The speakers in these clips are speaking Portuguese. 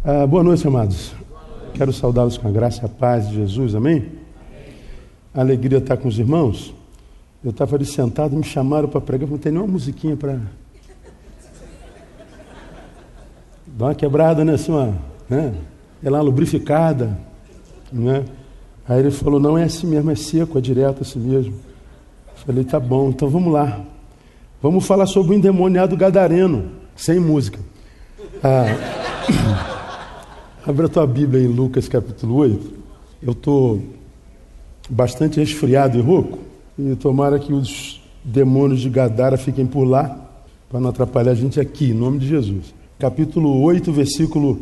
Boa noite, amados. Quero saudá-los com a graça e a paz de Jesus, amém? A alegria estar com os irmãos. Eu estava ali sentado, me chamaram para pregar, não tem nenhuma musiquinha para dar uma quebrada, né? Assim, uma lubrificada, né? Aí ele falou, não é assim mesmo, é seco, é direto assim mesmo. Falei, tá bom, então vamos lá. Vamos falar sobre o endemoniado gadareno, sem música. Abre a tua Bíblia em Lucas capítulo 8. Eu estou bastante resfriado e rouco, e tomara que os demônios de Gadara fiquem por lá, para não atrapalhar a gente aqui, em nome de Jesus. Capítulo 8, versículo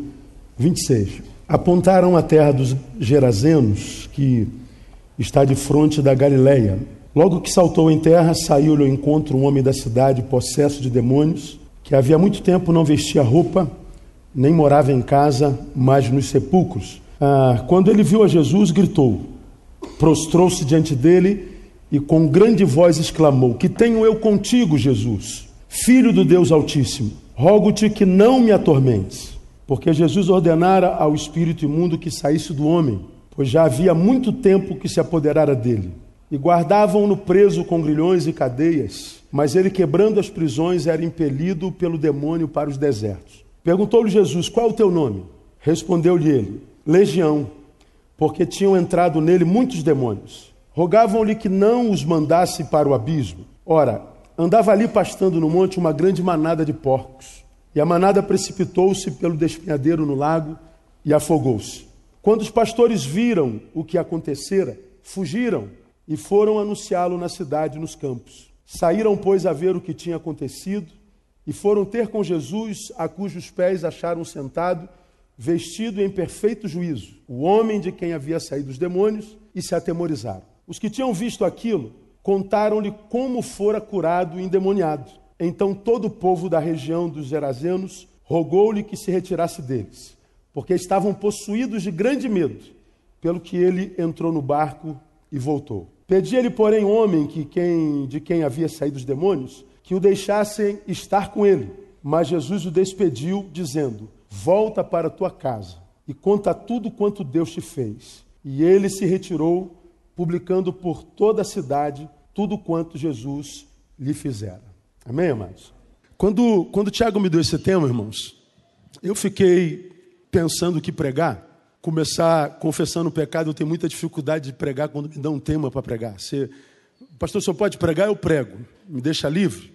26. Apontaram a terra dos Gerazenos, que está de fronte da Galileia. Logo que saltou em terra, saiu-lhe ao encontro um homem da cidade, possesso de demônios, que havia muito tempo não vestia roupa, nem morava em casa, mas nos sepulcros. Quando ele viu a Jesus, gritou, prostrou-se diante dele e com grande voz exclamou, que tenho eu contigo, Jesus, Filho do Deus Altíssimo? Rogo-te que não me atormentes. Porque Jesus ordenara ao espírito imundo que saísse do homem, pois já havia muito tempo que se apoderara dele. E guardavam-no preso com grilhões e cadeias, mas ele, quebrando as prisões, era impelido pelo demônio para os desertos. Perguntou-lhe Jesus, qual é o teu nome? Respondeu-lhe ele, Legião, porque tinham entrado nele muitos demônios. Rogavam-lhe que não os mandasse para o abismo. Ora, andava ali pastando no monte uma grande manada de porcos. E a manada precipitou-se pelo despenhadeiro no lago e afogou-se. Quando os pastores viram o que acontecera, fugiram e foram anunciá-lo na cidade e nos campos. Saíram, pois, a ver o que tinha acontecido e foram ter com Jesus, a cujos pés acharam sentado, vestido em perfeito juízo, o homem de quem havia saído os demônios, e se atemorizaram. Os que tinham visto aquilo, contaram-lhe como fora curado e endemoniado. Então todo o povo da região dos Gerazenos rogou-lhe que se retirasse deles, porque estavam possuídos de grande medo, pelo que ele entrou no barco e voltou. Pedia-lhe, porém, o homem de quem havia saído os demônios, que o deixassem estar com ele. Mas Jesus o despediu, dizendo, volta para tua casa e conta tudo quanto Deus te fez. E ele se retirou, publicando por toda a cidade tudo quanto Jesus lhe fizera. Amém, amados? Quando o Tiago me deu esse tema, irmãos, eu fiquei pensando o que pregar. Começar confessando o pecado, eu tenho muita dificuldade de pregar quando me dão um tema para pregar. Pastor, só pode pregar? Eu prego. Me deixa livre.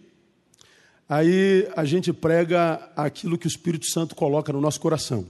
Aí a gente prega aquilo que o Espírito Santo coloca no nosso coração.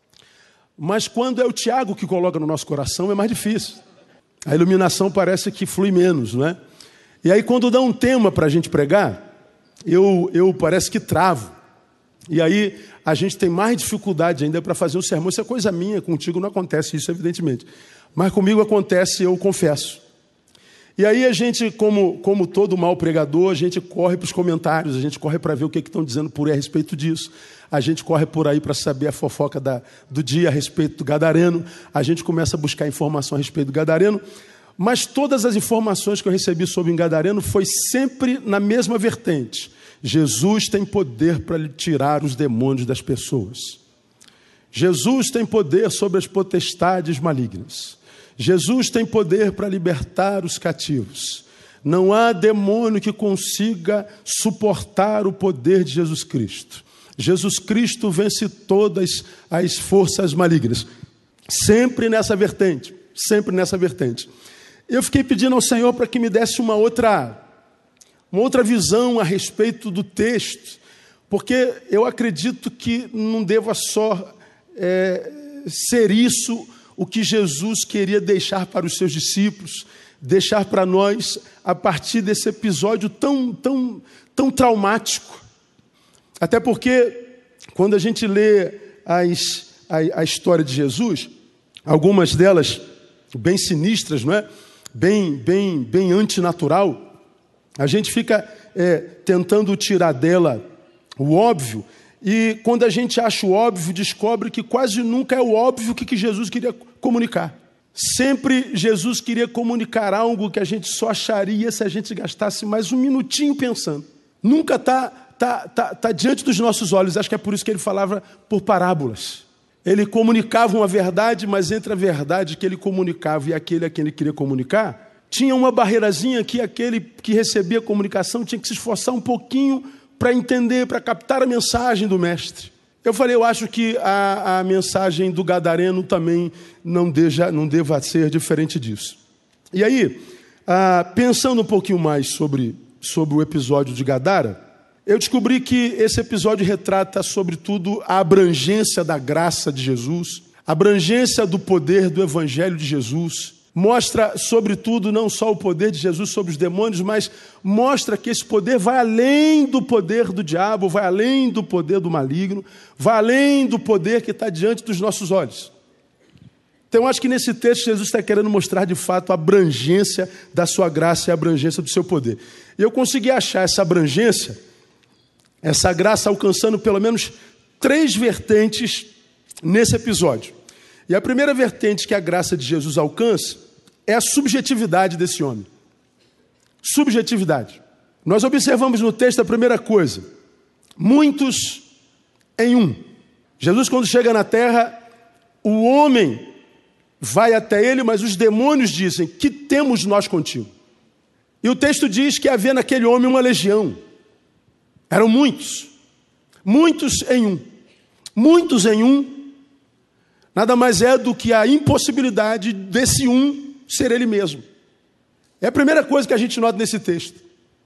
Mas quando é o Tiago que coloca no nosso coração, é mais difícil. A iluminação parece que flui menos, não é? E aí quando dá um tema para a gente pregar, eu parece que travo. E aí a gente tem mais dificuldade ainda para fazer um sermão. Isso é coisa minha, contigo não acontece isso, evidentemente. Mas comigo acontece, eu confesso. E aí a gente, como todo mau pregador, a gente corre para os comentários, a gente corre para ver o que estão dizendo por aí a respeito disso. A gente corre por aí para saber a fofoca do dia a respeito do gadareno. A gente começa a buscar informação a respeito do gadareno. Mas todas as informações que eu recebi sobre o gadareno foi sempre na mesma vertente. Jesus tem poder para lhe tirar os demônios das pessoas. Jesus tem poder sobre as potestades malignas. Jesus tem poder para libertar os cativos. Não há demônio que consiga suportar o poder de Jesus Cristo. Jesus Cristo vence todas as forças malignas. Sempre nessa vertente, sempre nessa vertente. Eu fiquei pedindo ao Senhor para que me desse uma outra visão a respeito do texto, porque eu acredito que não deva só ser isso o que Jesus queria deixar para os seus discípulos, deixar para nós a partir desse episódio tão traumático. Até porque, quando a gente lê a história de Jesus, algumas delas bem sinistras, não é? Bem antinatural, a gente fica tentando tirar dela o óbvio, e quando a gente acha o óbvio, descobre que quase nunca é o óbvio que Jesus queria comunicar. Sempre Jesus queria comunicar algo que a gente só acharia se a gente gastasse mais um minutinho pensando. Nunca está diante dos nossos olhos. Acho que é por isso que ele falava por parábolas. Ele comunicava uma verdade, mas entre a verdade que ele comunicava e aquele a quem ele queria comunicar, tinha uma barreirazinha que aquele que recebia a comunicação tinha que se esforçar um pouquinho para entender, para captar a mensagem do mestre. Eu falei, eu acho que a mensagem do gadareno também não deva ser diferente disso. E aí, pensando um pouquinho mais sobre o episódio de Gadara, eu descobri que esse episódio retrata, sobretudo, a abrangência da graça de Jesus, a abrangência do poder do Evangelho de Jesus. Mostra, sobretudo, não só o poder de Jesus sobre os demônios, mas mostra que esse poder vai além do poder do diabo, vai além do poder do maligno, vai além do poder que está diante dos nossos olhos. Então, eu acho que nesse texto Jesus está querendo mostrar, de fato, a abrangência da sua graça e a abrangência do seu poder. E eu consegui achar essa abrangência, essa graça alcançando pelo menos 3 vertentes nesse episódio. E a primeira vertente que a graça de Jesus alcança é a subjetividade desse homem. Subjetividade. Nós observamos no texto a primeira coisa: muitos em um. Jesus, quando chega na terra, o homem vai até ele, mas os demônios dizem: que temos nós contigo? E o texto diz que havia naquele homem uma legião. Eram muitos. Muitos em um. Muitos em um nada mais é do que a impossibilidade desse um ser ele mesmo. É a primeira coisa que a gente nota nesse texto.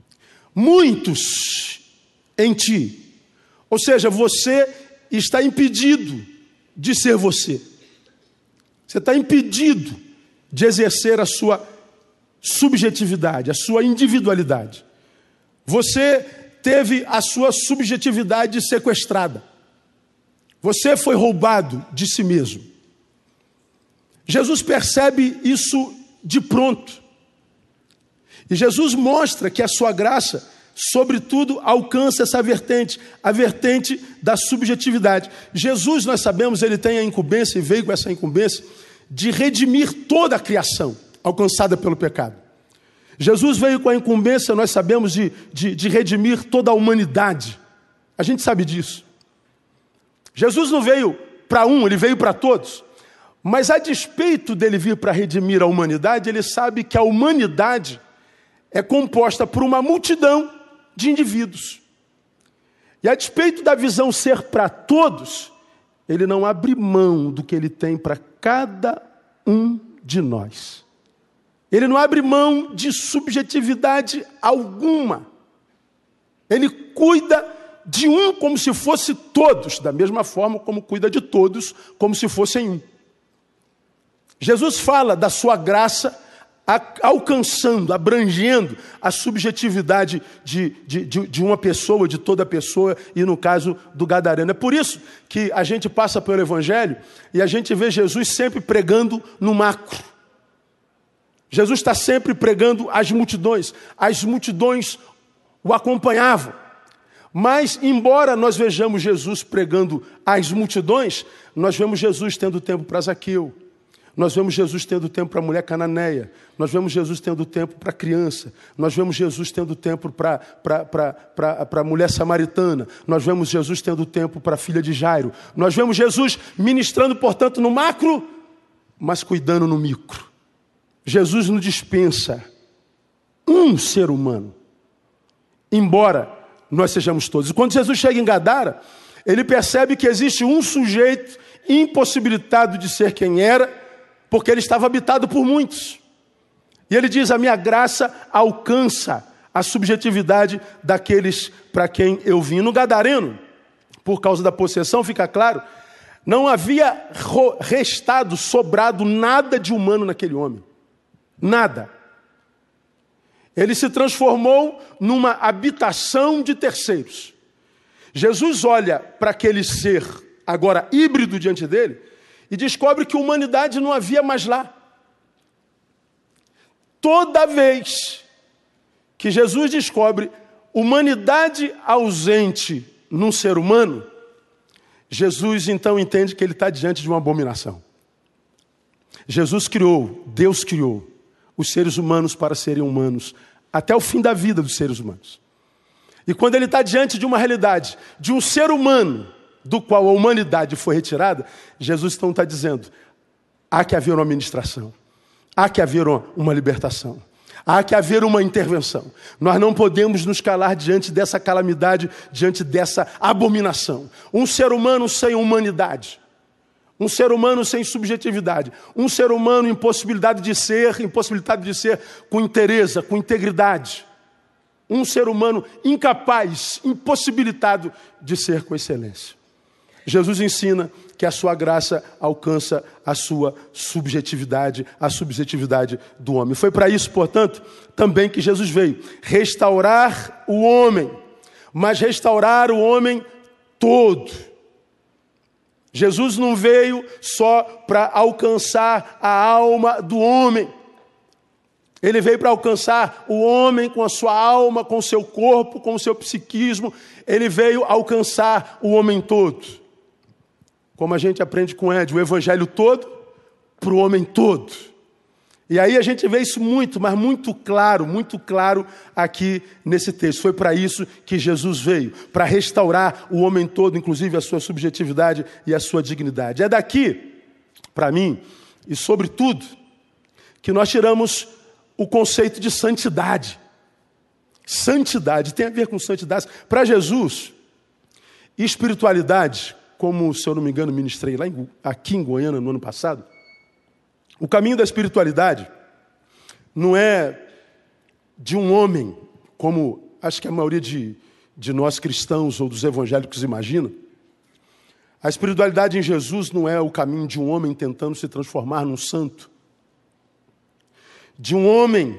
Muitos em ti. Ou seja, você está impedido de ser você. Você está impedido de exercer a sua subjetividade, a sua individualidade. Você teve a sua subjetividade sequestrada. Você foi roubado de si mesmo. Jesus percebe isso de pronto. E Jesus mostra que a sua graça, sobretudo, alcança essa vertente, a vertente da subjetividade. Jesus, nós sabemos, ele tem a incumbência, e veio com essa incumbência, de redimir toda a criação alcançada pelo pecado. Jesus veio com a incumbência, nós sabemos, de redimir toda a humanidade. A gente sabe disso. Jesus não veio para um, ele veio para todos. Mas a despeito dele vir para redimir a humanidade, ele sabe que a humanidade é composta por uma multidão de indivíduos. E a despeito da visão ser para todos, ele não abre mão do que ele tem para cada um de nós. Ele não abre mão de subjetividade alguma. Ele cuida de um como se fosse todos, da mesma forma como cuida de todos como se fossem um. Jesus fala da sua graça alcançando, abrangendo a subjetividade de uma pessoa, de toda pessoa, e no caso do gadareno. É por isso que a gente passa pelo Evangelho e a gente vê Jesus sempre pregando no macro. Jesus está sempre pregando às multidões. As multidões o acompanhavam. Mas, embora nós vejamos Jesus pregando às multidões, nós vemos Jesus tendo tempo para Zaqueu. Nós vemos Jesus tendo tempo para a mulher cananeia. Nós vemos Jesus tendo tempo para a criança. Nós vemos Jesus tendo tempo para a mulher samaritana. Nós vemos Jesus tendo tempo para a filha de Jairo. Nós vemos Jesus ministrando, portanto, no macro, mas cuidando no micro. Jesus não dispensa um ser humano, embora nós sejamos todos. E quando Jesus chega em Gadara, ele percebe que existe um sujeito impossibilitado de ser quem era, porque ele estava habitado por muitos. E ele diz: a minha graça alcança a subjetividade daqueles para quem eu vim. No gadareno, por causa da possessão, fica claro, não havia restado, sobrado nada de humano naquele homem. Nada. Ele se transformou numa habitação de terceiros. Jesus olha para aquele ser, agora híbrido diante dele, e descobre que a humanidade não havia mais lá. Toda vez que Jesus descobre humanidade ausente num ser humano, Jesus então entende que ele está diante de uma abominação. Jesus criou, Deus criou os seres humanos para serem humanos, até o fim da vida dos seres humanos. E quando ele está diante de uma realidade, de um ser humano do qual a humanidade foi retirada, Jesus então está dizendo, há que haver uma ministração, há que haver uma libertação, há que haver uma intervenção. Nós não podemos nos calar diante dessa calamidade, diante dessa abominação. Um ser humano sem humanidade, um ser humano sem subjetividade, um ser humano impossibilitado de ser com inteireza, com integridade. Um ser humano incapaz, impossibilitado de ser com excelência. Jesus ensina que a sua graça alcança a sua subjetividade, a subjetividade do homem. Foi para isso, portanto, também que Jesus veio. Restaurar o homem, mas restaurar o homem todo. Jesus não veio só para alcançar a alma do homem. Ele veio para alcançar o homem com a sua alma, com o seu corpo, com o seu psiquismo. Ele veio alcançar o homem todo. Como a gente aprende com Ed, o evangelho todo para o homem todo. E aí a gente vê isso muito, mas muito claro aqui nesse texto. Foi para isso que Jesus veio, para restaurar o homem todo, inclusive a sua subjetividade e a sua dignidade. É daqui, para mim, e sobretudo, que nós tiramos o conceito de santidade. Santidade tem a ver com santidade. Para Jesus, espiritualidade, como, se eu não me engano, ministrei aqui em Goiânia no ano passado, o caminho da espiritualidade não é de um homem, como acho que a maioria de nós cristãos ou dos evangélicos imagina. A espiritualidade em Jesus não é o caminho de um homem tentando se transformar num santo, de um homem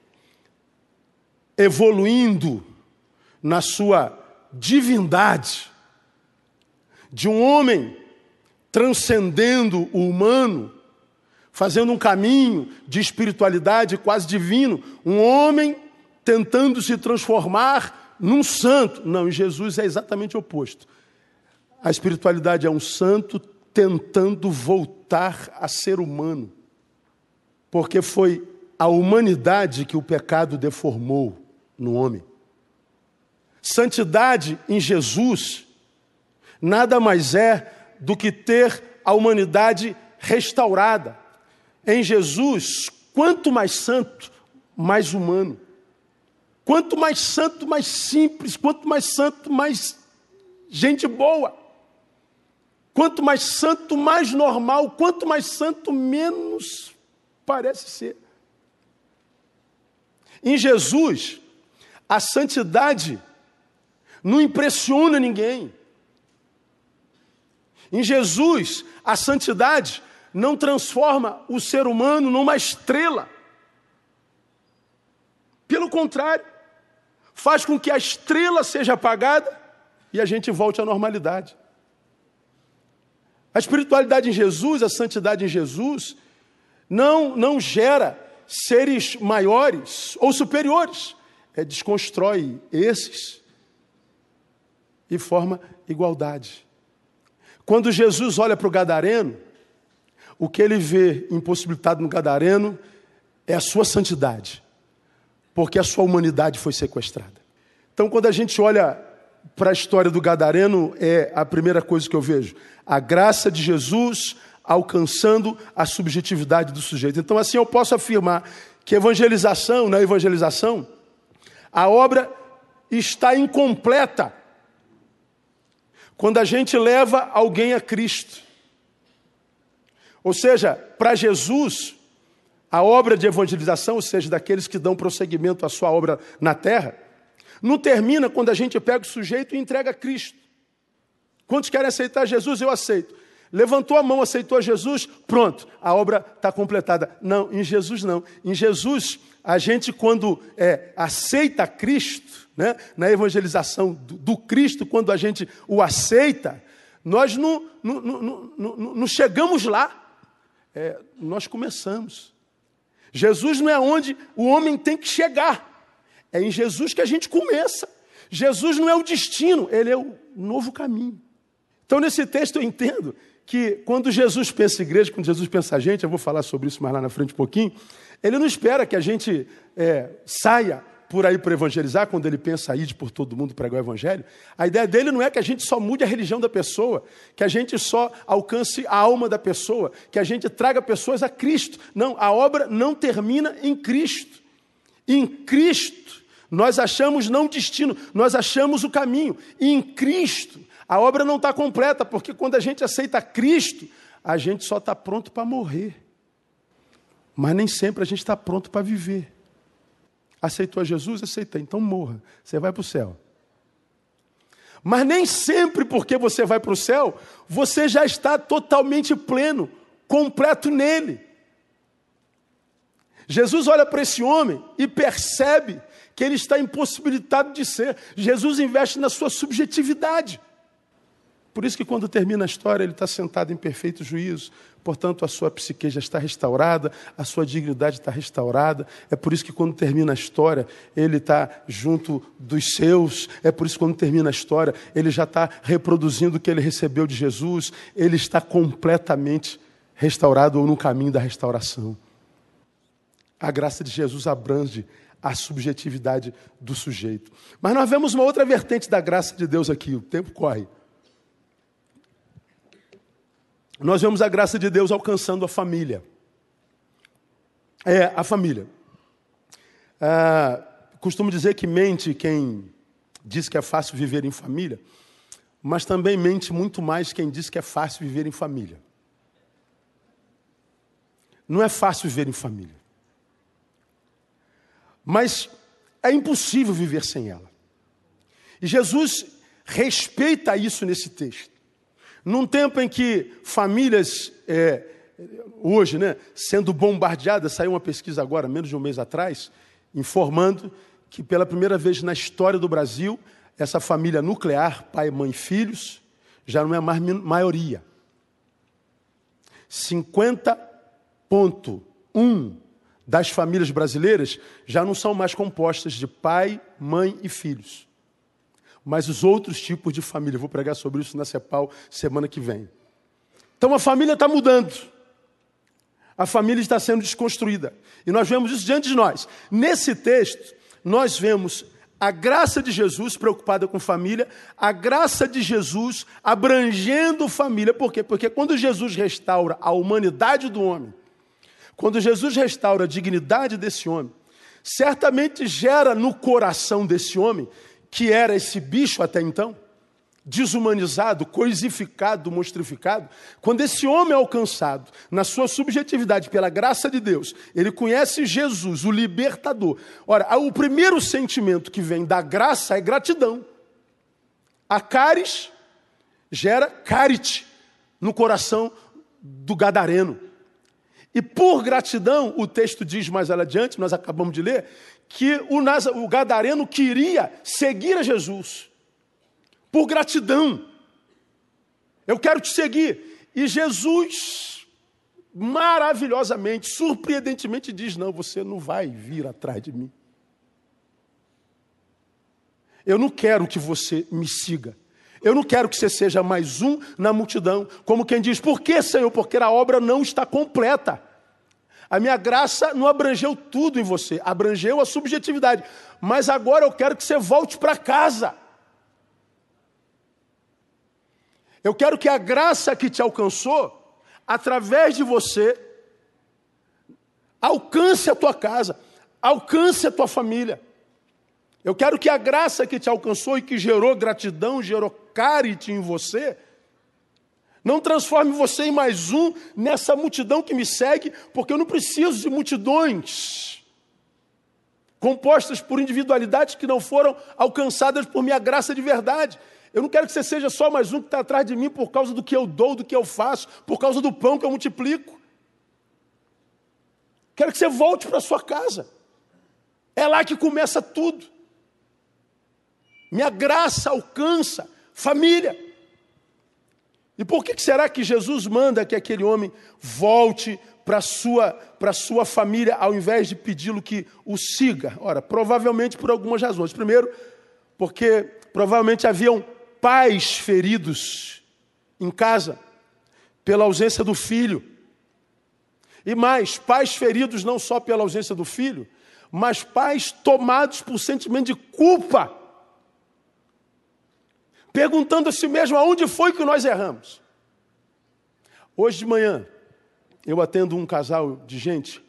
evoluindo na sua divindade, de um homem transcendendo o humano, fazendo um caminho de espiritualidade quase divino, um homem tentando se transformar num santo. Não, em Jesus é exatamente o oposto. A espiritualidade é um santo tentando voltar a ser humano, porque foi a humanidade que o pecado deformou no homem. Santidade em Jesus nada mais é do que ter a humanidade restaurada. Em Jesus, quanto mais santo, mais humano. Quanto mais santo, mais simples. Quanto mais santo, mais gente boa. Quanto mais santo, mais normal. Quanto mais santo, menos parece ser. Em Jesus, a santidade não impressiona ninguém. Em Jesus, a santidade não transforma o ser humano numa estrela. Pelo contrário, faz com que a estrela seja apagada e a gente volte à normalidade. A espiritualidade em Jesus, a santidade em Jesus, não gera seres maiores ou superiores. Desconstrói esses e forma igualdade. Quando Jesus olha para o gadareno, o que ele vê impossibilitado no gadareno é a sua santidade, porque a sua humanidade foi sequestrada. Então, quando a gente olha para a história do gadareno, é a primeira coisa que eu vejo: a graça de Jesus alcançando a subjetividade do sujeito. Então, assim eu posso afirmar que na evangelização, a obra está incompleta quando a gente leva alguém a Cristo. Ou seja, para Jesus, a obra de evangelização, ou seja, daqueles que dão prosseguimento à sua obra na terra, não termina quando a gente pega o sujeito e entrega a Cristo. Quantos querem aceitar Jesus? Eu aceito. Levantou a mão, aceitou Jesus, pronto, a obra está completada. Não, em Jesus não. Em Jesus, a gente quando aceita Cristo, né, na evangelização do Cristo, quando a gente o aceita, nós não chegamos lá. Nós começamos. Jesus não é onde o homem tem que chegar. É em Jesus que a gente começa. Jesus não é o destino, ele é o novo caminho. Então, nesse texto eu entendo que quando Jesus pensa em igreja, quando Jesus pensa a gente, eu vou falar sobre isso mais lá na frente um pouquinho, ele não espera que a gente saia por aí para evangelizar, quando ele pensa ir por todo mundo pregar o evangelho, a ideia dele não é que a gente só mude a religião da pessoa, que a gente só alcance a alma da pessoa, que a gente traga pessoas a Cristo. Não, a obra não termina em Cristo. Em Cristo, nós achamos não o destino, nós achamos o caminho. E em Cristo, a obra não está completa, porque quando a gente aceita Cristo, a gente só está pronto para morrer. Mas nem sempre a gente está pronto para viver. Aceitou a Jesus? Aceitei, então morra. Você vai para o céu. Mas nem sempre porque você vai para o céu, você já está totalmente pleno, completo nele. Jesus olha para esse homem e percebe que ele está impossibilitado de ser. Jesus investe na sua subjetividade. Por isso que quando termina a história, ele está sentado em perfeito juízo. Portanto, a sua psique já está restaurada, a sua dignidade está restaurada. É por isso que quando termina a história, ele está junto dos seus. É por isso que quando termina a história, ele já está reproduzindo o que ele recebeu de Jesus. Ele está completamente restaurado ou no caminho da restauração. A graça de Jesus abrange a subjetividade do sujeito. Mas nós vemos uma outra vertente da graça de Deus aqui. O tempo corre. Nós vemos a graça de Deus alcançando a família. A família. Costumo dizer que mente quem diz que é fácil viver em família, mas também mente muito mais quem diz que é fácil viver em família. Não é fácil viver em família. Mas é impossível viver sem ela. E Jesus respeita isso nesse texto. Num tempo em que famílias, hoje, sendo bombardeadas, saiu uma pesquisa agora, menos de um mês atrás, informando que pela primeira vez na história do Brasil, essa família nuclear, pai, mãe e filhos, já não é mais maioria. 50,1% das famílias brasileiras já não são mais compostas de pai, mãe e filhos. Mas os outros tipos de família. Eu vou pregar sobre isso na CEPAL semana que vem. Então a família está mudando. A família está sendo desconstruída. E nós vemos isso diante de nós. Nesse texto, nós vemos a graça de Jesus preocupada com família, a graça de Jesus abrangendo família. Por quê? Porque quando Jesus restaura a humanidade do homem, quando Jesus restaura a dignidade desse homem, certamente gera no coração desse homem, que era esse bicho até então, desumanizado, coisificado, monstrificado, quando esse homem é alcançado na sua subjetividade pela graça de Deus, ele conhece Jesus, o libertador. Ora, o primeiro sentimento que vem da graça é gratidão. A caris gera carite no coração do gadareno. E por gratidão, o texto diz mais adiante, nós acabamos de ler, que o gadareno queria seguir a Jesus. Por gratidão. Eu quero te seguir. E Jesus, maravilhosamente, surpreendentemente, diz, não, você não vai vir atrás de mim. Eu não quero que você me siga. Eu não quero que você seja mais um na multidão. Como quem diz, por que, Senhor? Porque a obra não está completa. A minha graça não abrangeu tudo em você, abrangeu a subjetividade. Mas agora eu quero que você volte para casa. Eu quero que a graça que te alcançou, através de você, alcance a tua casa, alcance a tua família. Eu quero que a graça que te alcançou e que gerou gratidão, gerou carite em você, não transforme você em mais um nessa multidão que me segue, porque eu não preciso de multidões compostas por individualidades que não foram alcançadas por minha graça de verdade. Eu não quero que você seja só mais um que está atrás de mim por causa do que eu dou, do que eu faço, por causa do pão que eu multiplico. Quero que você volte para a sua casa. É lá que começa tudo. Minha graça alcança família. E por que será que Jesus manda que aquele homem volte para a sua família, ao invés de pedi-lo que o siga? Ora, provavelmente por algumas razões. Primeiro, porque provavelmente haviam pais feridos em casa pela ausência do filho. E mais, pais feridos não só pela ausência do filho, mas pais tomados por sentimento de culpa, perguntando a si mesmo aonde foi que nós erramos. Hoje de manhã, eu atendo um casal de gente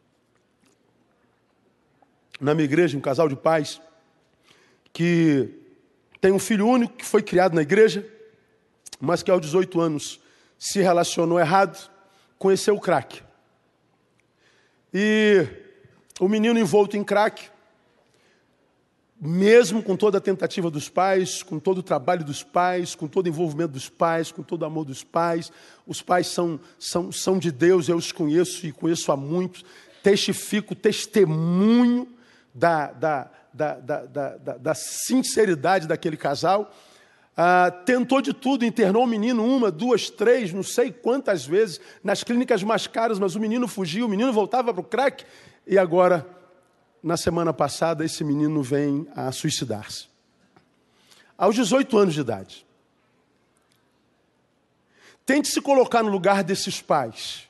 na minha igreja, um casal de pais, que tem um filho único que foi criado na igreja, mas que aos 18 anos se relacionou errado, conheceu o crack. E o menino envolto em crack, mesmo com toda a tentativa dos pais, com todo o trabalho dos pais, com todo o envolvimento dos pais, com todo o amor dos pais, os pais são de Deus, eu os conheço e conheço há muitos, testifico, testemunho da sinceridade daquele casal. Tentou de tudo, internou o menino 1, 2, 3, não sei quantas vezes, nas clínicas mais caras, mas o menino fugiu, o menino voltava para o crack, e agora, na semana passada, esse menino vem a suicidar-se. Aos 18 anos de idade. Tente se colocar no lugar desses pais.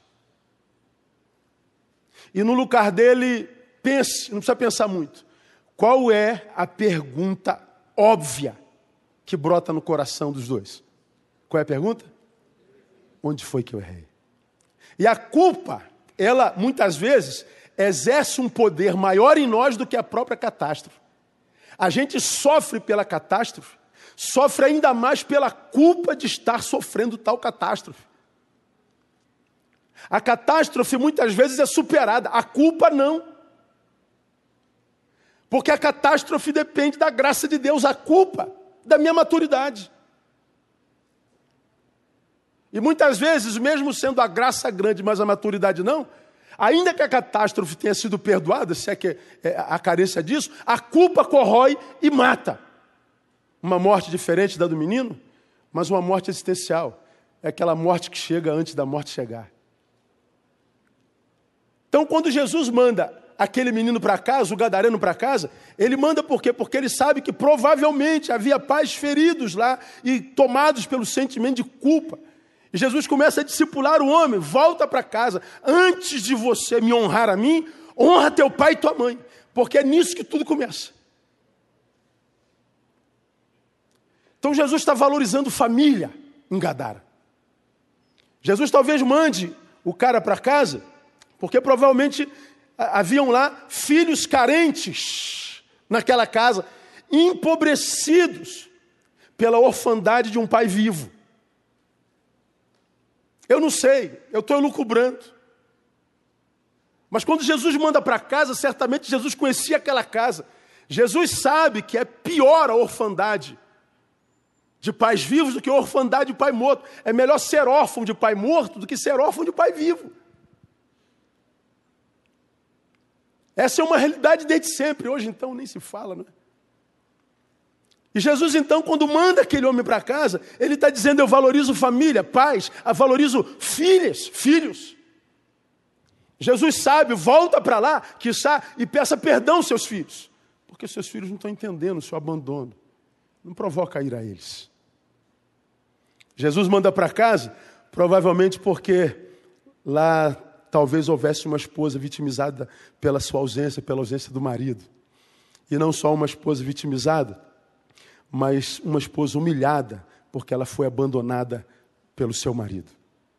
E no lugar dele, pense, não precisa pensar muito. Qual é a pergunta óbvia que brota no coração dos dois? Qual é a pergunta? Onde foi que eu errei? E a culpa, ela muitas vezes exerce um poder maior em nós do que a própria catástrofe. A gente sofre pela catástrofe, sofre ainda mais pela culpa de estar sofrendo tal catástrofe. A catástrofe muitas vezes é superada, a culpa não. Porque a catástrofe depende da graça de Deus, a culpa da minha maturidade. E muitas vezes, mesmo sendo a graça grande, mas a maturidade não, ainda que a catástrofe tenha sido perdoada, se é que a carência disso, a culpa corrói e mata. Uma morte diferente da do menino, mas uma morte existencial. É aquela morte que chega antes da morte chegar. Então, quando Jesus manda aquele menino para casa, o gadareno para casa, ele manda por quê? Porque ele sabe que provavelmente havia pais feridos lá e tomados pelo sentimento de culpa. E Jesus começa a discipular o homem, volta para casa, antes de você me honrar a mim, honra teu pai e tua mãe, porque é nisso que tudo começa. Então Jesus está valorizando família em Gadara. Jesus talvez mande o cara para casa, porque provavelmente haviam lá filhos carentes naquela casa, empobrecidos pela orfandade de um pai vivo. Eu não sei, eu estou elucubrando. Mas quando Jesus manda para casa, certamente Jesus conhecia aquela casa. Jesus sabe que é pior a orfandade de pais vivos do que a orfandade de pai morto. É melhor ser órfão de pai morto do que ser órfão de pai vivo. Essa é uma realidade desde sempre. Hoje, então, nem se fala, não é? E Jesus, então, quando manda aquele homem para casa, ele está dizendo, eu valorizo família, pais, eu valorizo filhos. Jesus sabe, volta para lá, quiçá, e peça perdão aos seus filhos. Porque seus filhos não estão entendendo o seu abandono. Não provoca ira a eles. Jesus manda para casa, provavelmente porque lá talvez houvesse uma esposa vitimizada pela sua ausência, pela ausência do marido. E não só uma esposa vitimizada, mas uma esposa humilhada, porque ela foi abandonada pelo seu marido.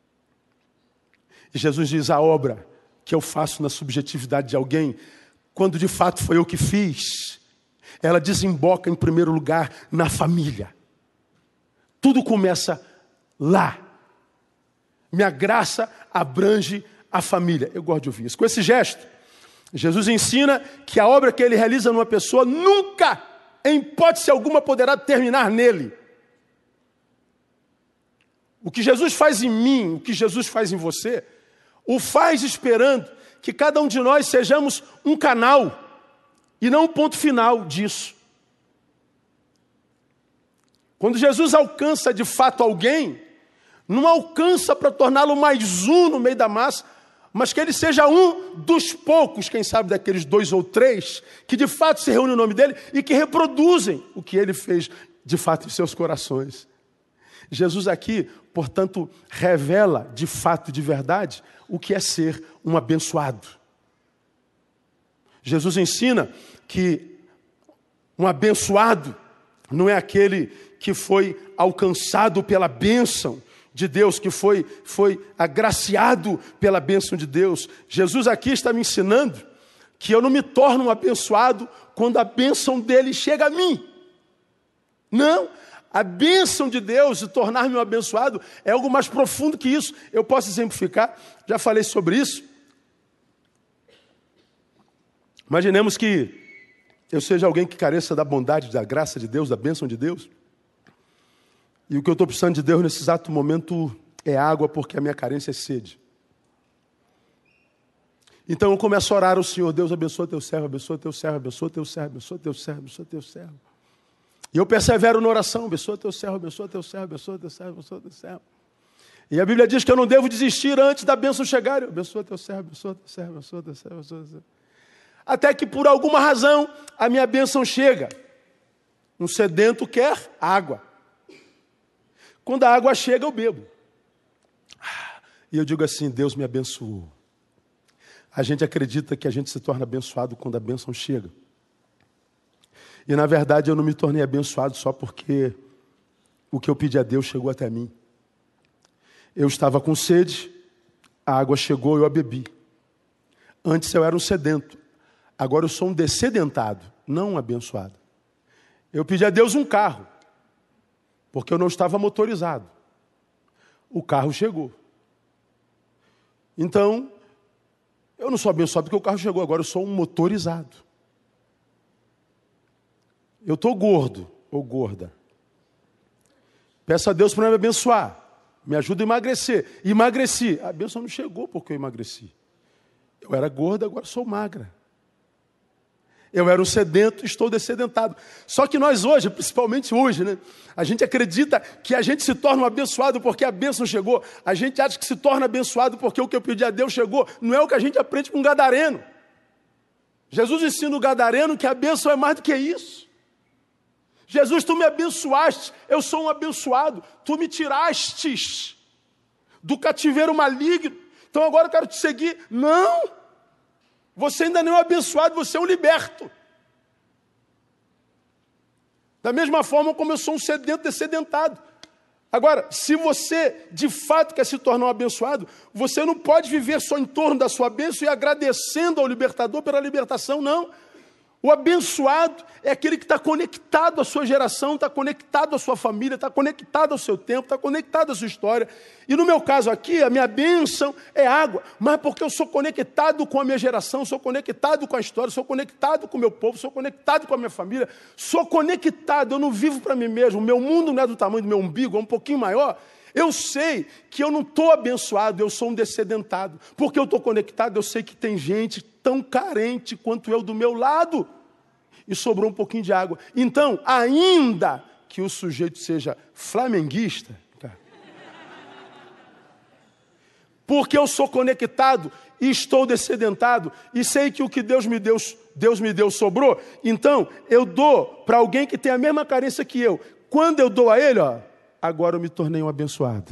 E Jesus diz, a obra que eu faço na subjetividade de alguém, quando de fato foi eu que fiz, ela desemboca em primeiro lugar na família. Tudo começa lá. Minha graça abrange a família. Eu gosto de ouvir isso. Com esse gesto, Jesus ensina que a obra que ele realiza numa pessoa nunca, em hipótese alguma, poderá terminar nele. O que Jesus faz em mim, o que Jesus faz em você, o faz esperando que cada um de nós sejamos um canal e não o ponto final disso. Quando Jesus alcança de fato alguém, não alcança para torná-lo mais um no meio da massa, mas que ele seja um dos poucos, quem sabe daqueles 2 ou 3, que de fato se reúnem no nome dele e que reproduzem o que ele fez de fato em seus corações. Jesus aqui, portanto, revela de fato, de verdade, o que é ser um abençoado. Jesus ensina que um abençoado não é aquele que foi alcançado pela bênção de Deus, que foi agraciado pela bênção de Deus. Jesus aqui está me ensinando que eu não me torno um abençoado quando a bênção dele chega a mim. Não, a bênção de Deus de tornar-me um abençoado é algo mais profundo que isso. Eu posso exemplificar, já falei sobre isso. Imaginemos que eu seja alguém que careça da bondade, da graça de Deus, da bênção de Deus. E o que eu estou precisando de Deus nesse exato momento é água, porque a minha carência é sede. Então eu começo a orar ao Senhor: Deus abençoa teu servo, abençoa teu servo, abençoa teu servo, abençoa teu servo, abençoa teu servo. E eu persevero na oração: abençoa teu servo, abençoa teu servo, abençoa teu servo, abençoa teu servo. E a Bíblia diz que eu não devo desistir antes da bênção chegar. Abençoa teu servo, abençoa teu servo, abençoa teu servo, abençoa teu servo. Até que por alguma razão a minha bênção chega. Um sedento quer água. Quando a água chega, eu bebo. E eu digo assim: Deus me abençoou. A gente acredita que a gente se torna abençoado quando a bênção chega. E na verdade eu não me tornei abençoado só porque o que eu pedi a Deus chegou até mim. Eu estava com sede, a água chegou e eu a bebi. Antes eu era um sedento, agora eu sou um dessedentado, não um abençoado. Eu pedi a Deus um carro, porque eu não estava motorizado. O carro chegou. Então, eu não sou abençoado porque o carro chegou, agora eu sou um motorizado. Eu estou gordo ou gorda. Peço a Deus para me abençoar. Me ajuda a emagrecer. Emagreci. A bênção não chegou porque eu emagreci. Eu era gorda, agora sou magra. Eu era um sedento, estou dessedentado. Só que nós hoje, principalmente hoje, né? A gente acredita que a gente se torna um abençoado porque a bênção chegou. A gente acha que se torna abençoado porque o que eu pedi a Deus chegou. Não é o que a gente aprende com o gadareno. Jesus ensina o gadareno que a bênção é mais do que isso. Jesus, tu me abençoaste, eu sou um abençoado. Tu me tirastes do cativeiro maligno. Então agora eu quero te seguir. Não! Você ainda não é um abençoado, você é um liberto. Da mesma forma como eu sou um sedento dessedentado. Agora, se você de fato quer se tornar um abençoado, você não pode viver só em torno da sua bênção e agradecendo ao libertador pela libertação, não. O abençoado é aquele que está conectado à sua geração, está conectado à sua família, está conectado ao seu tempo, está conectado à sua história. E no meu caso aqui, a minha bênção é água, mas porque eu sou conectado com a minha geração, sou conectado com a história, sou conectado com o meu povo, sou conectado com a minha família, sou conectado, eu não vivo para mim mesmo, o meu mundo não é do tamanho do meu umbigo, é um pouquinho maior. Eu sei que eu não estou abençoado, eu sou um dessedentado. Porque eu estou conectado, eu sei que tem gente tão carente quanto eu do meu lado. E sobrou um pouquinho de água. Então, ainda que o sujeito seja flamenguista, porque eu sou conectado e estou dessedentado, e sei que o que Deus me deu sobrou, então eu dou para alguém que tem a mesma carência que eu. Quando eu dou a ele, agora eu me tornei um abençoado.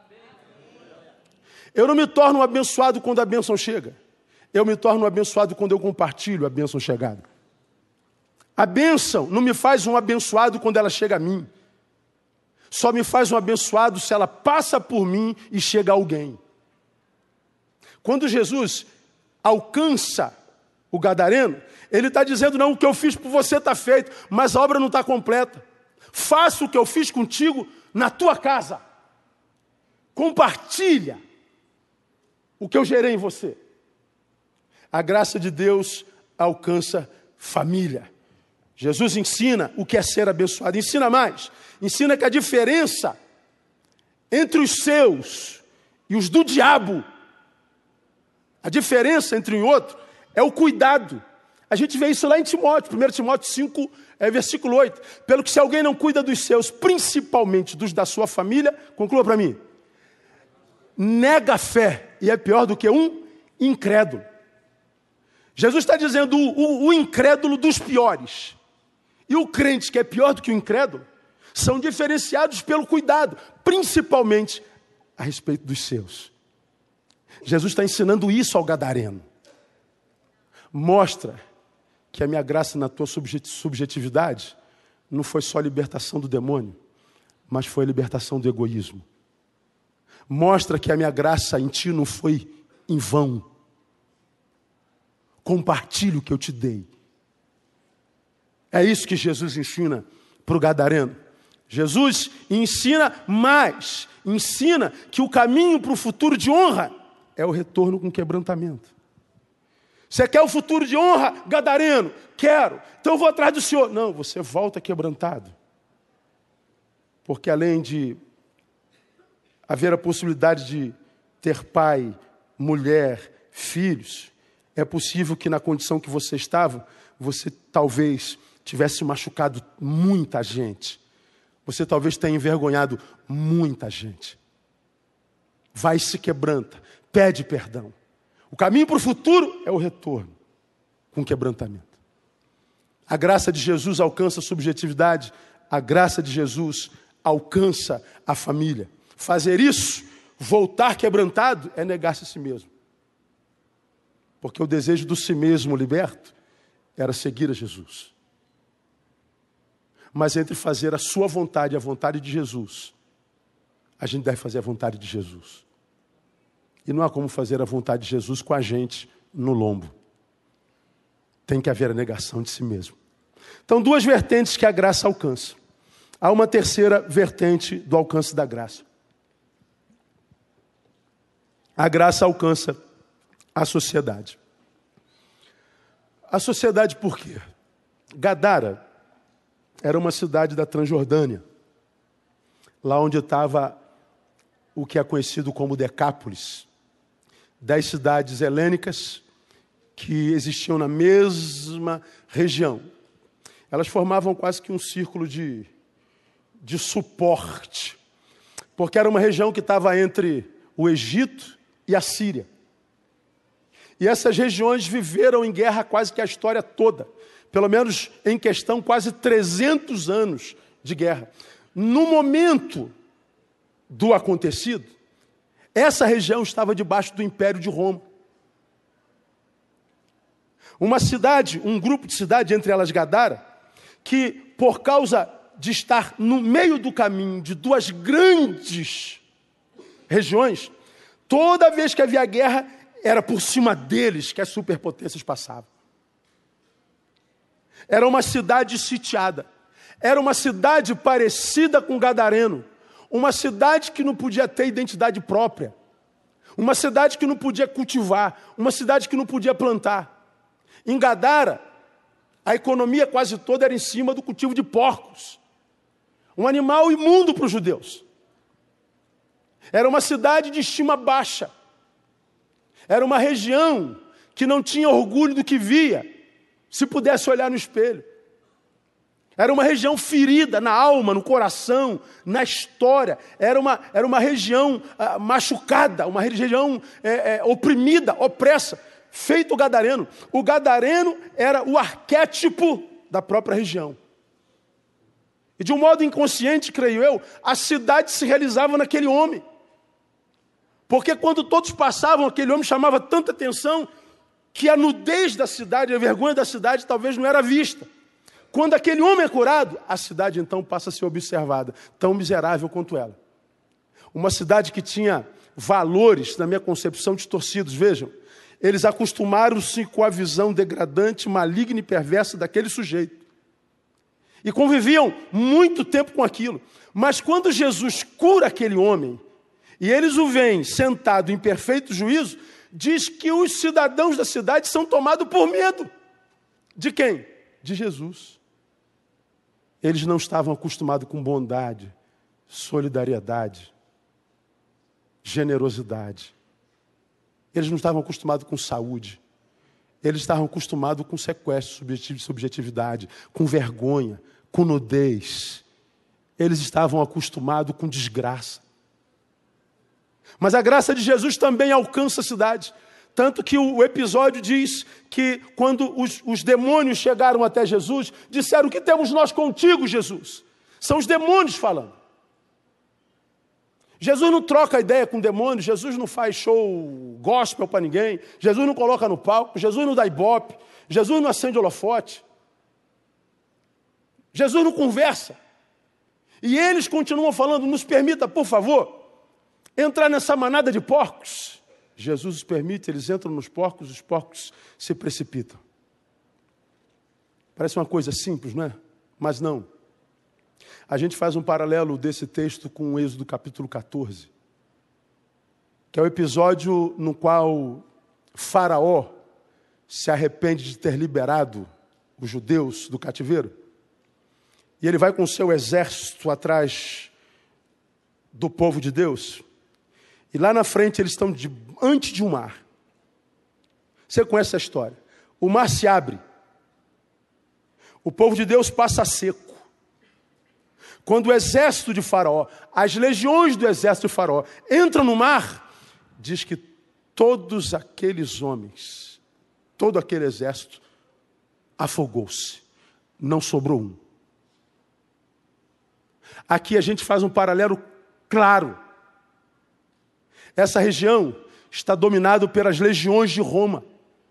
Eu não me torno um abençoado quando a bênção chega. Eu me torno um abençoado quando eu compartilho a bênção chegada. A bênção não me faz um abençoado quando ela chega a mim. Só me faz um abençoado se ela passa por mim e chega a alguém. Quando Jesus alcança o gadareno, ele está dizendo: não, o que eu fiz por você está feito, mas a obra não está completa. Faça o que eu fiz contigo na tua casa. Compartilha o que eu gerei em você. A graça de Deus alcança família. Jesus ensina o que é ser abençoado. Ensina mais. Ensina que a diferença entre os seus e os do diabo, a diferença entre um e outro é o cuidado. A gente vê isso lá em Timóteo, 1 Timóteo 5, versículo 8. Pelo que se alguém não cuida dos seus, principalmente dos da sua família, conclua para mim, nega a fé e é pior do que um incrédulo. Jesus está dizendo o incrédulo dos piores. E o crente, que é pior do que o incrédulo, são diferenciados pelo cuidado, principalmente a respeito dos seus. Jesus está ensinando isso ao gadareno. Mostra que a minha graça na tua subjetividade não foi só a libertação do demônio, mas foi a libertação do egoísmo. Mostra que a minha graça em ti não foi em vão. Compartilhe o que eu te dei. É isso que Jesus ensina para o gadareno. Jesus ensina mais. Ensina que o caminho para o futuro de honra é o retorno com quebrantamento. Você quer o futuro de honra, gadareno? Quero. Então eu vou atrás do Senhor. Não, você volta quebrantado. Porque além de haver a possibilidade de ter pai, mulher, filhos, é possível que na condição que você estava, você talvez tivesse machucado muita gente. Você talvez tenha envergonhado muita gente. Vai e se quebranta, pede perdão. O caminho para o futuro é o retorno, com quebrantamento. A graça de Jesus alcança a subjetividade, a graça de Jesus alcança a família. Fazer isso, voltar quebrantado, é negar-se a si mesmo. Porque o desejo do si mesmo liberto era seguir a Jesus. Mas entre fazer a sua vontade e a vontade de Jesus, a gente deve fazer a vontade de Jesus. E não há como fazer a vontade de Jesus com a gente no lombo. Tem que haver a negação de si mesmo. Então, duas vertentes que a graça alcança. Há uma terceira vertente do alcance da graça. A graça alcança a sociedade. A sociedade por quê? Gadara era uma cidade da Transjordânia, lá onde estava o que é conhecido como Decápolis, 10 cidades helênicas que existiam na mesma região. Elas formavam quase que um círculo de suporte, porque era uma região que estava entre o Egito e a Síria. E essas regiões viveram em guerra quase que a história toda, pelo menos em questão quase 300 anos de guerra. No momento do acontecido, essa região estava debaixo do Império de Roma. Uma cidade, um grupo de cidade, entre elas Gadara, que por causa de estar no meio do caminho de duas grandes regiões, toda vez que havia guerra, era por cima deles que as superpotências passavam. Era uma cidade sitiada. Era uma cidade parecida com Gadareno. Uma cidade que não podia ter identidade própria. Uma cidade que não podia cultivar. Uma cidade que não podia plantar. Em Gadara, a economia quase toda era em cima do cultivo de porcos. Um animal imundo para os judeus. Era uma cidade de estima baixa. Era uma região que não tinha orgulho do que via, se pudesse olhar no espelho. Era uma região ferida na alma, no coração, na história. Era uma região machucada, uma região oprimida, opressa. Feito o gadareno. O gadareno era o arquétipo da própria região. E de um modo inconsciente, creio eu, a cidade se realizava naquele homem. Porque quando todos passavam, aquele homem chamava tanta atenção que a nudez da cidade, a vergonha da cidade talvez não era vista. Quando aquele homem é curado, a cidade então passa a ser observada, tão miserável quanto ela. Uma cidade que tinha valores, na minha concepção, distorcidos. Vejam, eles acostumaram-se com a visão degradante, maligna e perversa daquele sujeito. E conviviam muito tempo com aquilo. Mas quando Jesus cura aquele homem, e eles o veem sentado em perfeito juízo, diz que os cidadãos da cidade são tomados por medo. De quem? De Jesus. Eles não estavam acostumados com bondade, solidariedade, generosidade. Eles não estavam acostumados com saúde. Eles estavam acostumados com sequestro, subjetividade, com vergonha, com nudez. Eles estavam acostumados com desgraça. Mas a graça de Jesus também alcança a cidade. Tanto que o episódio diz que quando os demônios chegaram até Jesus, disseram: "O que temos nós contigo, Jesus?" São os demônios falando. Jesus não troca ideia com demônios, Jesus não faz show gospel para ninguém, Jesus não coloca no palco, Jesus não dá ibope, Jesus não acende holofote, Jesus não conversa. E eles continuam falando, nos permita, por favor, entrar nessa manada de porcos. Jesus os permite, eles entram nos porcos, os porcos se precipitam. Parece uma coisa simples, não é? Mas não. A gente faz um paralelo desse texto com o Êxodo capítulo 14, que é o episódio no qual Faraó se arrepende de ter liberado os judeus do cativeiro. E ele vai com o seu exército atrás do povo de Deus. E lá na frente eles estão diante de um mar. Você conhece a história. O mar se abre. O povo de Deus passa seco. Quando o exército de Faraó, as legiões do exército de Faraó entram no mar, diz que todos aqueles homens, todo aquele exército afogou-se. Não sobrou um. Aqui a gente faz um paralelo claro. Essa região está dominada pelas legiões de Roma.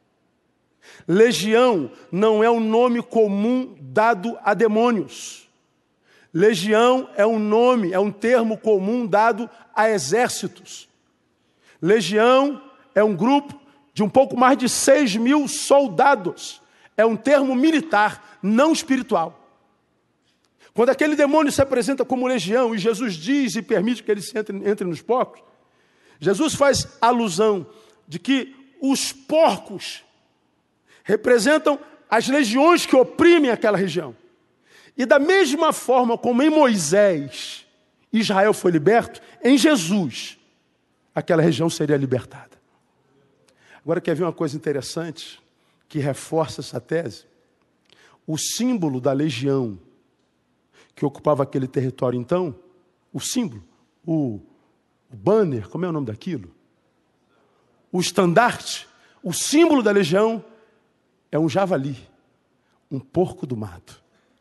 Legião não é um nome comum dado a demônios. Legião é um nome, é um termo comum dado a exércitos. Legião é um grupo de um pouco mais de 6.000 soldados. É um termo militar, não espiritual. Quando aquele demônio se apresenta como legião e Jesus diz e permite que ele entre nos porcos, Jesus faz alusão de que os porcos representam as legiões que oprimem aquela região. E da mesma forma como em Moisés Israel foi liberto, em Jesus aquela região seria libertada. Agora quer ver uma coisa interessante que reforça essa tese? O símbolo da legião que ocupava aquele território então, o símbolo, o banner, como é o nome daquilo? O estandarte, o símbolo da legião é um javali, um porco do mato.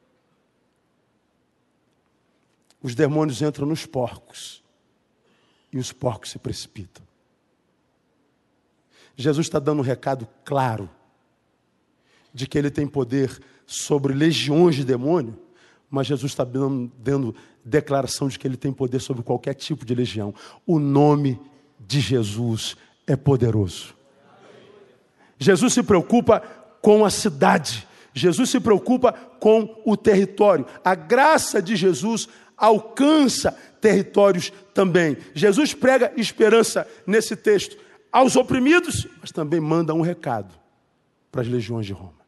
Os demônios entram nos porcos e os porcos se precipitam. Jesus está dando um recado claro de que ele tem poder sobre legiões de demônio, mas Jesus está dando declaração de que ele tem poder sobre qualquer tipo de legião. O nome de Jesus é poderoso. Jesus se preocupa com a cidade. Jesus se preocupa com o território. A graça de Jesus alcança territórios também. Jesus prega esperança nesse texto aos oprimidos, mas também manda um recado para as legiões de Roma.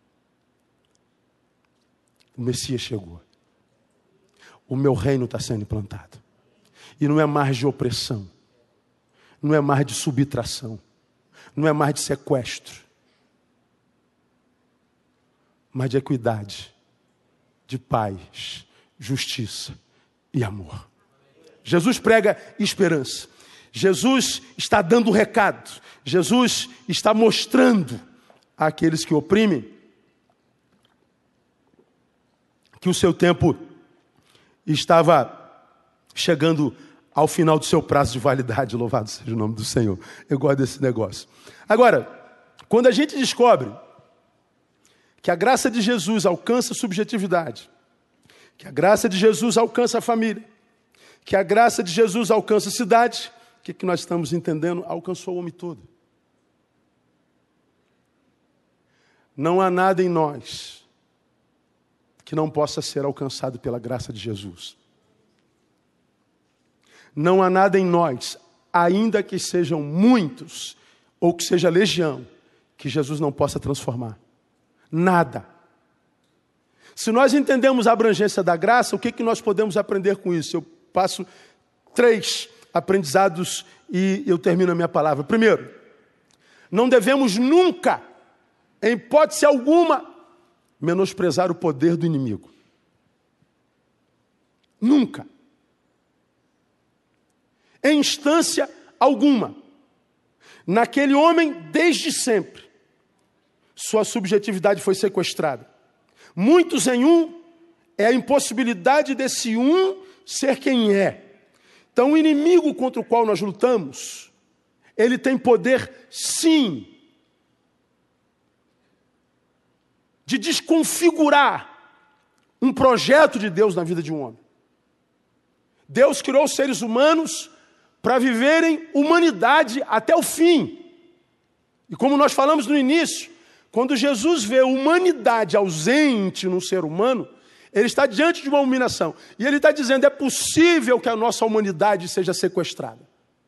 O Messias chegou. O meu reino está sendo implantado. E não é mais de opressão. Não é mais de subtração. Não é mais de sequestro. Mas de equidade, de paz, justiça e amor. Jesus prega esperança. Jesus está dando recado. Jesus está mostrando àqueles que oprimem que o seu tempo estava chegando ao final do seu prazo de validade. Louvado seja o nome do Senhor. Eu gosto desse negócio. Agora, quando a gente descobre que a graça de Jesus alcança a subjetividade, que a graça de Jesus alcança a família, que a graça de Jesus alcança a cidade, o que nós estamos entendendo? Alcançou o homem todo. Não há nada em nós que não possa ser alcançado pela graça de Jesus. Não há nada em nós, ainda que sejam muitos, ou que seja legião, que Jesus não possa transformar. Nada. Se nós entendemos a abrangência da graça, o que nós podemos aprender com isso? Eu passo 3 aprendizados e eu termino a minha palavra. Primeiro, não devemos nunca, em hipótese alguma, menosprezar o poder do inimigo. Nunca. Em instância alguma. Naquele homem, desde sempre, sua subjetividade foi sequestrada. Muitos em um é a impossibilidade desse um ser quem é. Então, o inimigo contra o qual nós lutamos, ele tem poder, sim, de desconfigurar um projeto de Deus na vida de um homem. Deus criou os seres humanos para viverem humanidade até o fim. E como nós falamos no início, quando Jesus vê a humanidade ausente no ser humano, ele está diante de uma humilhação. E ele está dizendo, é possível que a nossa humanidade seja sequestrada.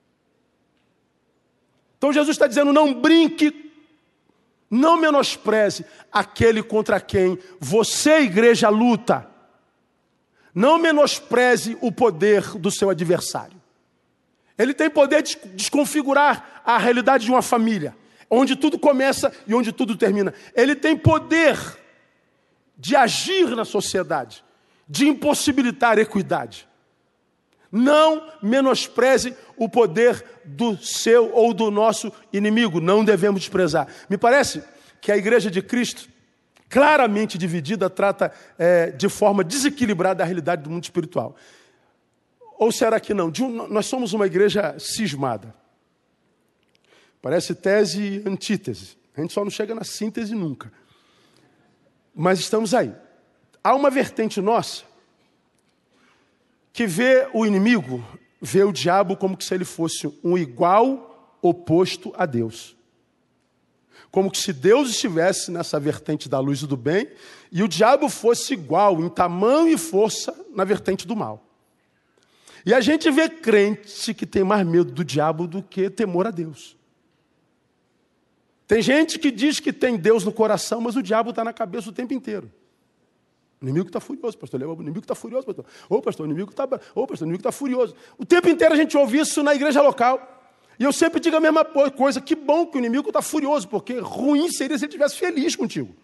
Então Jesus está dizendo, não brinque, não menospreze aquele contra quem você, igreja, luta. Não menospreze o poder do seu adversário. Ele tem poder de desconfigurar a realidade de uma família, onde tudo começa e onde tudo termina. Ele tem poder de agir na sociedade, de impossibilitar a equidade. Não menospreze o poder do seu ou do nosso inimigo. Não devemos desprezar. Me parece que a igreja de Cristo, claramente dividida, trata de forma desequilibrada a realidade do mundo espiritual. Ou será que não? Nós somos uma igreja cismada. Parece tese e antítese. A gente só não chega na síntese nunca. Mas estamos aí. Há uma vertente nossa que vê o inimigo, vê o diabo como se ele fosse um igual oposto a Deus. Como que se Deus estivesse nessa vertente da luz e do bem, e o diabo fosse igual em tamanho e força na vertente do mal. E a gente vê crente que tem mais medo do diabo do que temor a Deus. Tem gente que diz que tem Deus no coração, mas o diabo está na cabeça o tempo inteiro. O inimigo está furioso, pastor. O inimigo está furioso, pastor. Ô, pastor, o inimigo está furioso. O tempo inteiro a gente ouve isso na igreja local. E eu sempre digo a mesma coisa. Que bom que o inimigo está furioso, porque ruim seria se ele estivesse feliz contigo.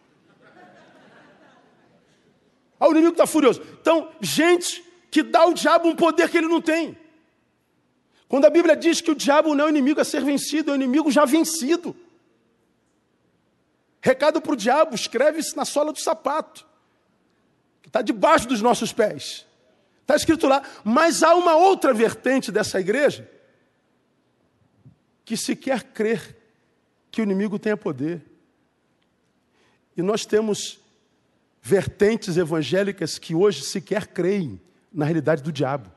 O inimigo está furioso. Então, gente que dá ao diabo um poder que ele não tem. Quando a Bíblia diz que o diabo não é o inimigo a ser vencido, é o inimigo já vencido. Recado para o diabo, escreve-se na sola do sapato, que está debaixo dos nossos pés. Está escrito lá. Mas há uma outra vertente dessa igreja que sequer crer que o inimigo tenha poder. E nós temos vertentes evangélicas que hoje sequer creem na realidade do diabo.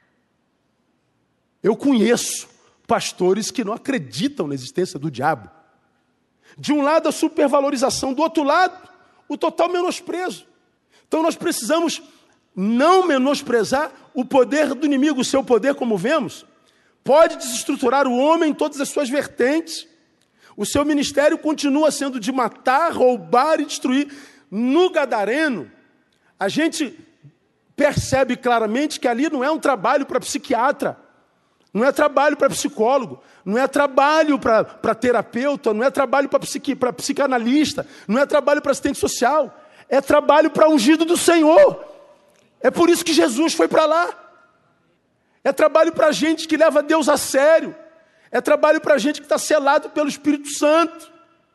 Eu conheço pastores que não acreditam na existência do diabo. De um lado a supervalorização, do outro lado o total menosprezo. Então nós precisamos não menosprezar o poder do inimigo. O seu poder, como vemos, pode desestruturar o homem em todas as suas vertentes. O seu ministério continua sendo de matar, roubar e destruir. No Gadareno, a gente percebe claramente que ali não é um trabalho para psiquiatra, não é trabalho para psicólogo, não é trabalho para terapeuta, não é trabalho para psicanalista, não é trabalho para assistente social, é trabalho para ungido do Senhor. É por isso que Jesus foi para lá. É trabalho para gente que leva Deus a sério. É trabalho para gente que está selado pelo Espírito Santo.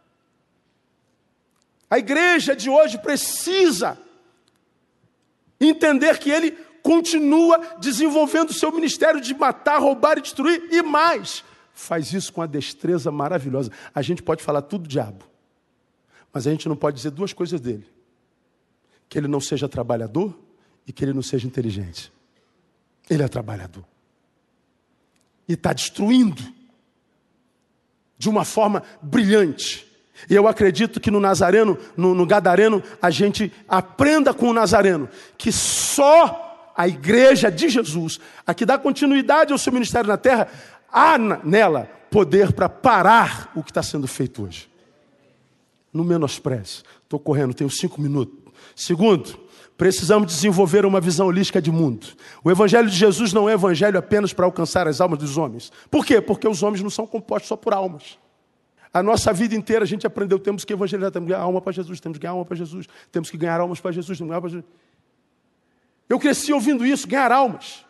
A igreja de hoje precisa entender que ele continua desenvolvendo o seu ministério de matar, roubar e destruir, e mais, faz isso com a destreza maravilhosa. A gente pode falar tudo do diabo, mas a gente não pode dizer duas coisas dele: que ele não seja trabalhador e que ele não seja inteligente. Ele é trabalhador e está destruindo de uma forma brilhante. E eu acredito que no Nazareno, no Gadareno, a gente aprenda com o Nazareno que só a igreja de Jesus, a que dá continuidade ao seu ministério na terra, há nela poder para parar o que está sendo feito hoje. Não menospreze. Estou correndo, tenho 5 minutos. Segundo, precisamos desenvolver uma visão holística de mundo. O evangelho de Jesus não é evangelho apenas para alcançar as almas dos homens. Por quê? Porque os homens não são compostos só por almas. A nossa vida inteira a gente aprendeu, temos que evangelizar, temos que ganhar alma para Jesus, temos que ganhar alma para Jesus, temos que ganhar almas para Jesus, temos que ganhar para Jesus. Eu cresci ouvindo isso, ganhar almas.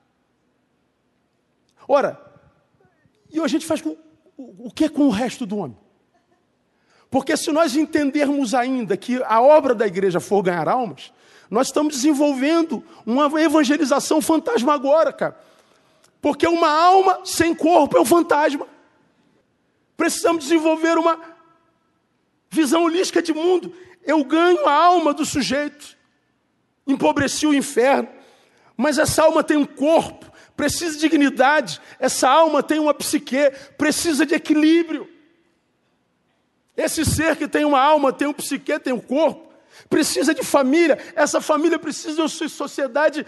Ora, e a gente faz o que com o resto do homem? Porque se nós entendermos ainda que a obra da igreja for ganhar almas, nós estamos desenvolvendo uma evangelização fantasmagórica. Porque uma alma sem corpo é um fantasma. Precisamos desenvolver uma visão holística de mundo. Eu ganho a alma do sujeito, empobreci o inferno, mas essa alma tem um corpo, precisa de dignidade, essa alma tem uma psique, precisa de equilíbrio. Esse ser que tem uma alma, tem um psique, tem um corpo, precisa de família, essa família precisa de uma sociedade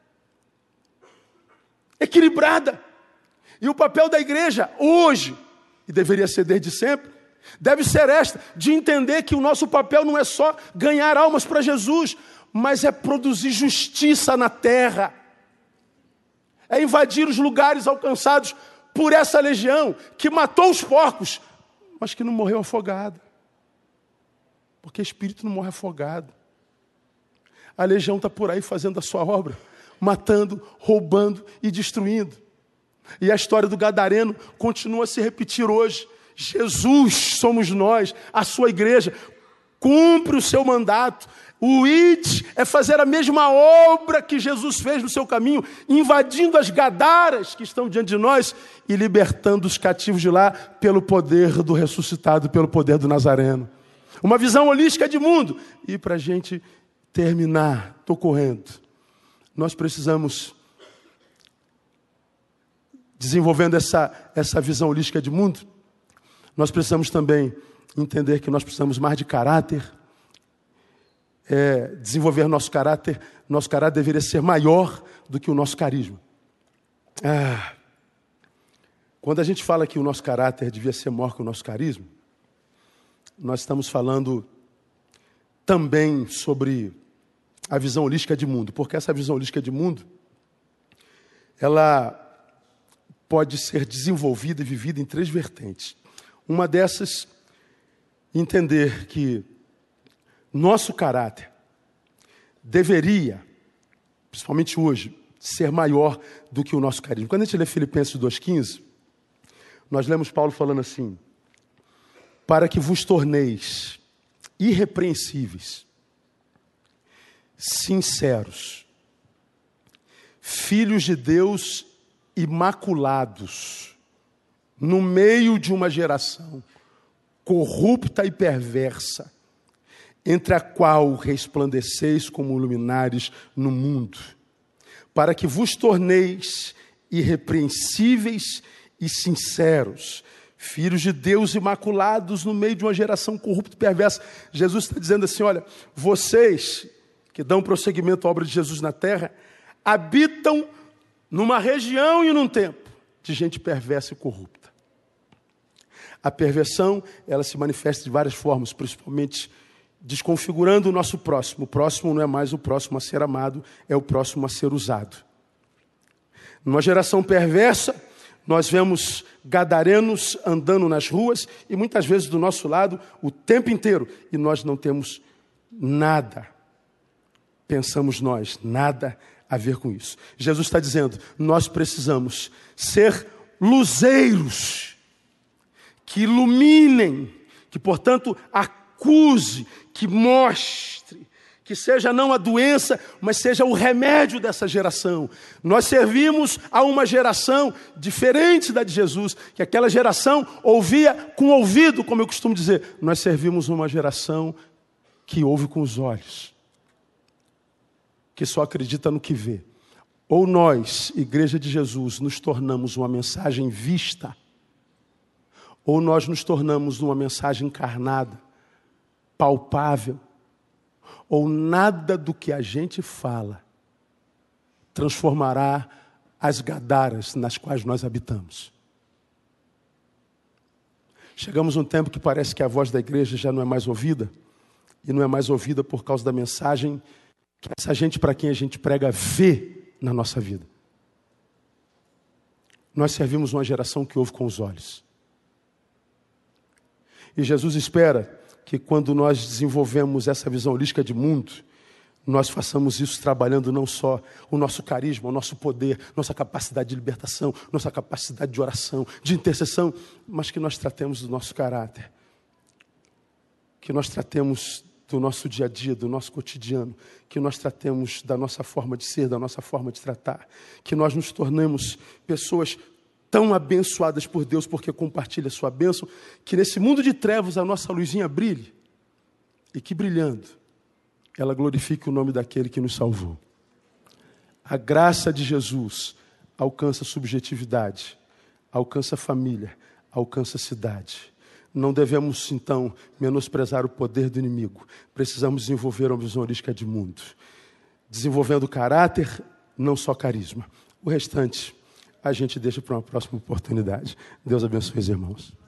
equilibrada. E o papel da igreja hoje, e deveria ser desde sempre, deve ser de entender que o nosso papel não é só ganhar almas para Jesus, mas é produzir justiça na terra. É invadir os lugares alcançados por essa legião que matou os porcos, mas que não morreu afogado. Porque espírito não morre afogado. A legião está por aí fazendo a sua obra, matando, roubando e destruindo. E a história do gadareno continua a se repetir hoje. Jesus somos nós, a sua igreja, cumpre o seu mandato. O id é fazer a mesma obra que Jesus fez no seu caminho, invadindo as gadaras que estão diante de nós e libertando os cativos de lá pelo poder do ressuscitado, pelo poder do Nazareno. Uma visão holística de mundo. E para a gente terminar, estou correndo, nós precisamos, desenvolvendo essa visão holística de mundo, nós precisamos também entender que nós precisamos mais de caráter, desenvolver nosso caráter deveria ser maior do que o nosso carisma. Quando a gente fala que o nosso caráter devia ser maior que o nosso carisma, nós estamos falando também sobre a visão holística de mundo, porque essa visão holística de mundo, ela pode ser desenvolvida e vivida em 3 vertentes. Uma dessas, entender que nosso caráter deveria, principalmente hoje, ser maior do que o nosso carisma. Quando a gente lê Filipenses 2,15, nós lemos Paulo falando assim: para que vos torneis irrepreensíveis, sinceros, filhos de Deus imaculados, no meio de uma geração corrupta e perversa, entre a qual resplandeceis como luminares no mundo, para que vos torneis irrepreensíveis e sinceros, filhos de Deus imaculados no meio de uma geração corrupta e perversa. Jesus está dizendo assim: olha, vocês que dão prosseguimento à obra de Jesus na terra, habitam numa região e num tempo de gente perversa e corrupta. A perversão, ela se manifesta de várias formas, principalmente desconfigurando o nosso próximo. O próximo não é mais o próximo a ser amado, é o próximo a ser usado. Numa geração perversa, nós vemos gadarenos andando nas ruas e muitas vezes do nosso lado o tempo inteiro. E nós não temos nada, pensamos nós, nada a ver com isso. Jesus está dizendo, nós precisamos ser luzeiros que iluminem, que portanto acuse, que mostre, que seja não a doença, mas seja o remédio dessa geração. Nós servimos a uma geração diferente da de Jesus, que aquela geração ouvia com o ouvido, como eu costumo dizer. Nós servimos uma geração que ouve com os olhos, que só acredita no que vê. Ou nós, Igreja de Jesus, nos tornamos uma mensagem vista, ou nós nos tornamos uma mensagem encarnada, palpável, ou nada do que a gente fala transformará as gadaras nas quais nós habitamos. Chegamos a um tempo que parece que a voz da igreja já não é mais ouvida, e não é mais ouvida por causa da mensagem que essa gente para quem a gente prega vê na nossa vida. Nós servimos uma geração que ouve com os olhos. E Jesus espera que quando nós desenvolvemos essa visão holística de mundo, nós façamos isso trabalhando não só o nosso carisma, o nosso poder, nossa capacidade de libertação, nossa capacidade de oração, de intercessão, mas que nós tratemos do nosso caráter. Que nós tratemos do nosso dia a dia, do nosso cotidiano, que nós tratemos da nossa forma de ser, da nossa forma de tratar, que nós nos tornemos pessoas tão abençoadas por Deus porque compartilha a sua bênção, que nesse mundo de trevas a nossa luzinha brilhe e que brilhando, ela glorifique o nome daquele que nos salvou. A graça de Jesus alcança a subjetividade, alcança a família, alcança a cidade. Não devemos, então, menosprezar o poder do inimigo. Precisamos desenvolver uma visão holística de mundo. Desenvolvendo caráter, não só carisma. O restante, a gente deixa para uma próxima oportunidade. Deus abençoe os irmãos.